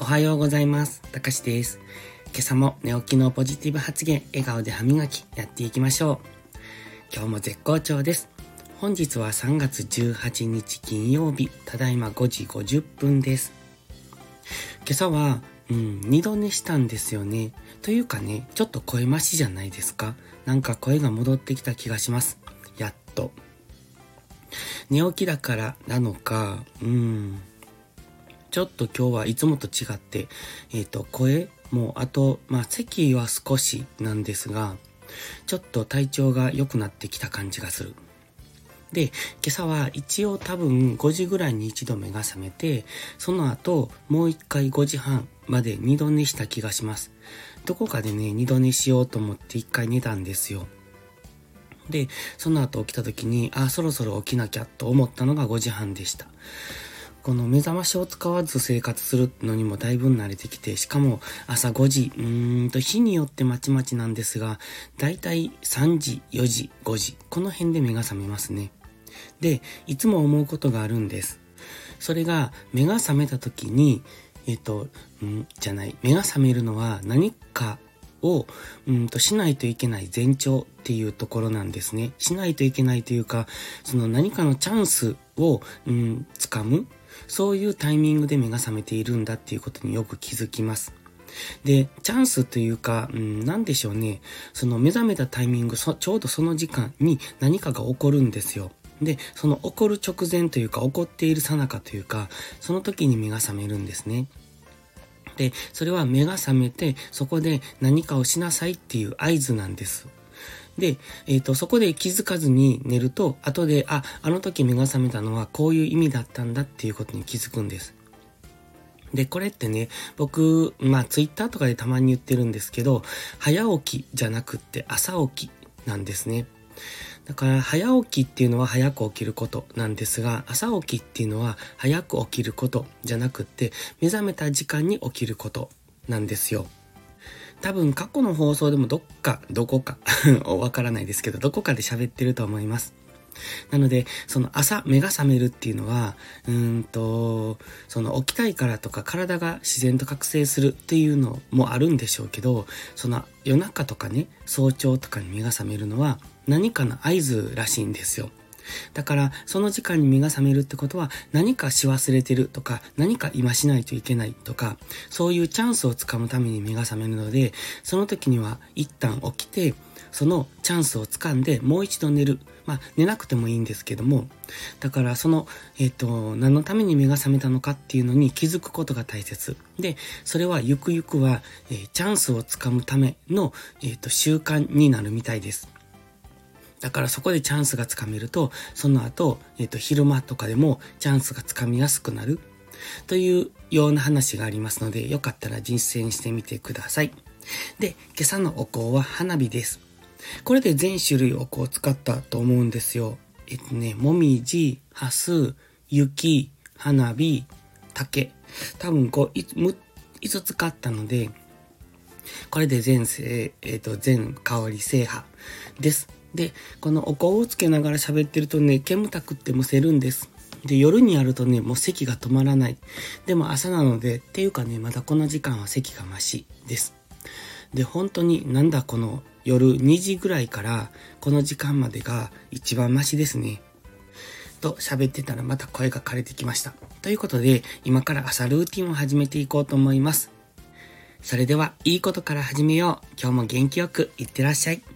はようございます。たかしです。今朝も寝起きのポジティブ発言、笑顔で歯磨きやっていきましょう。今日も絶好調です。本日は3月18日金曜日、ただいま5時50分です。今朝は、二度寝したんですよね。というかね、ちょっと声増しじゃないですか。なんか声が戻ってきた気がします。やっと。寝起きだからなのか、ちょっと今日はいつもと違って、声もあと、咳は少しなんですが、ちょっと体調が良くなってきた感じがする。で、今朝は一応多分5時ぐらいに一度目が覚めて、その後もう一回5時半まで二度寝した気がします。どこかでね、二度寝しようと思って一回寝たんですよ。で、その後起きた時に、そろそろ起きなきゃと思ったのが5時半でした。この目覚ましを使わず生活するのにもだいぶ慣れてきて、しかも朝5時、日によってまちまちなんですが、だいたい3時、4時、5時、この辺で目が覚めますね。で、いつも思うことがあるんです。それが、目が覚めた時に、目が覚めるのは何かをしないといけない前兆っていうところなんですね。しないといけないというか、その何かのチャンスを掴む、そういうタイミングで目が覚めているんだっていうことによく気づきます。で、チャンスというか、なんでしょうね。その目覚めたタイミング、ちょうどその時間に何かが起こるんですよ。で、その起こる直前というか、起こっている最中というか、その時に目が覚めるんですね。で、それは目が覚めて、そこで何かをしなさいっていう合図なんです。で、そこで気づかずに寝ると、後で、あの時目が覚めたのはこういう意味だったんだっていうことに気づくんです。で、これってね、僕、ツイッターとかでたまに言ってるんですけど、早起きじゃなくって朝起きなんですね。だから早起きっていうのは早く起きることなんですが、朝起きっていうのは早く起きることじゃなくって、目覚めた時間に起きることなんですよ。多分過去の放送でもどこかわからないですけど、どこかで喋ってると思います。なので、その朝目が覚めるっていうのは、その起きたいからとか体が自然と覚醒するっていうのもあるんでしょうけど、その夜中とかね、早朝とかに目が覚めるのは何かの合図らしいんですよ。だから、その時間に目が覚めるってことは、何かし忘れてるとか、何か今しないといけないとか、そういうチャンスをつかむために目が覚めるので、その時には一旦起きて、そのチャンスをつかんで、もう一度寝る。寝なくてもいいんですけども、だからその、何のために目が覚めたのかっていうのに気づくことが大切。で、それはゆくゆくは、チャンスをつかむための、習慣になるみたいです。だからそこでチャンスがつかめると、その後、昼間とかでもチャンスがつかみやすくなるというような話がありますので、よかったら実践してみてください。で、今朝のお香は花火です。これで全種類お香を使ったと思うんですよ。もみじ、ハス、雪、花火、竹。多分5つ買ったので、これで全香り制覇です。で、このお香をつけながら喋ってるとね、煙たくってむせるんです。で、夜にやるとね、もう咳が止まらない。でも朝なので、っていうかね、まだこの時間は咳がマシです。で、本当にこの夜2時ぐらいからこの時間までが一番マシですね。と喋ってたらまた声が枯れてきました。ということで、今から朝ルーティンを始めていこうと思います。それでは、いいことから始めよう。今日も元気よくいってらっしゃい。